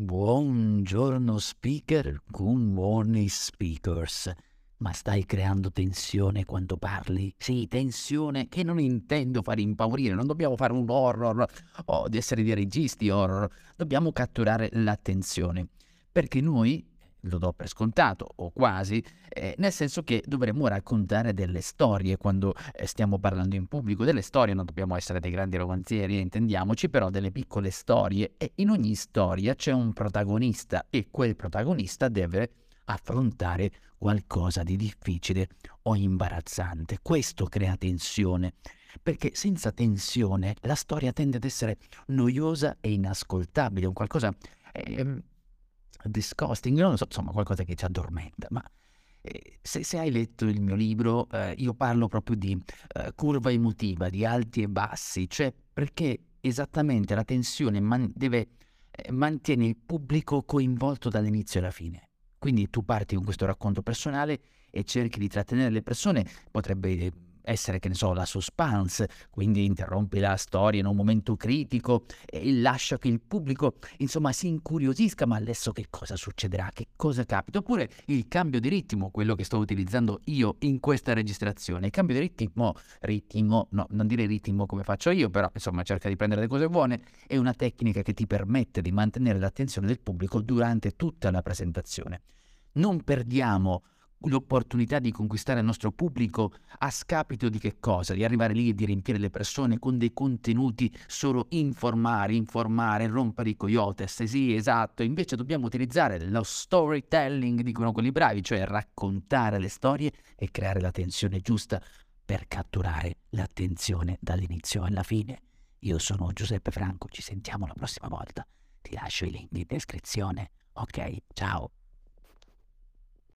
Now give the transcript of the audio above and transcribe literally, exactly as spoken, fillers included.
Buongiorno speaker, good morning speakers. Ma stai creando tensione quando parli? Sì, tensione che non intendo far impaurire, non dobbiamo fare un horror o di essere dei registi horror, dobbiamo catturare l'attenzione. Perché noi, lo do per scontato o quasi, eh, nel senso che dovremmo raccontare delle storie quando eh, stiamo parlando in pubblico, delle storie, non dobbiamo essere dei grandi romanzieri, eh, intendiamoci, però delle piccole storie e in ogni storia c'è un protagonista e quel protagonista deve affrontare qualcosa di difficile o imbarazzante. Questo crea tensione, perché senza tensione la storia tende ad essere noiosa e inascoltabile, un qualcosa ehm, disgusting, non lo so, insomma qualcosa che ci addormenta. Ma eh, se, se hai letto il mio libro, eh, io parlo proprio di eh, curva emotiva, di alti e bassi, cioè perché esattamente la tensione man- deve eh, mantiene il pubblico coinvolto dall'inizio alla fine. Quindi tu parti con questo racconto personale e cerchi di trattenere le persone, potrebbe essere, che ne so, la suspense, quindi interrompi la storia in un momento critico e lascia che il pubblico, insomma, si incuriosisca, ma adesso che cosa succederà, che cosa capita? Oppure il cambio di ritmo, quello che sto utilizzando io in questa registrazione. Il cambio di ritmo, ritmo, no, non dire ritmo come faccio io, però insomma cerca di prendere le cose buone, è una tecnica che ti permette di mantenere l'attenzione del pubblico durante tutta la presentazione. Non perdiamo l'opportunità di conquistare il nostro pubblico a scapito di che cosa? Di arrivare lì e di riempire le persone con dei contenuti solo informare, informare, rompere i coyotes. Sì, esatto. Invece dobbiamo utilizzare lo storytelling, dicono quelli bravi, cioè raccontare le storie e creare la tensione giusta per catturare l'attenzione dall'inizio alla fine. Io sono Giuseppe Franco, ci sentiamo la prossima volta. Ti lascio i link in descrizione. Ok, ciao.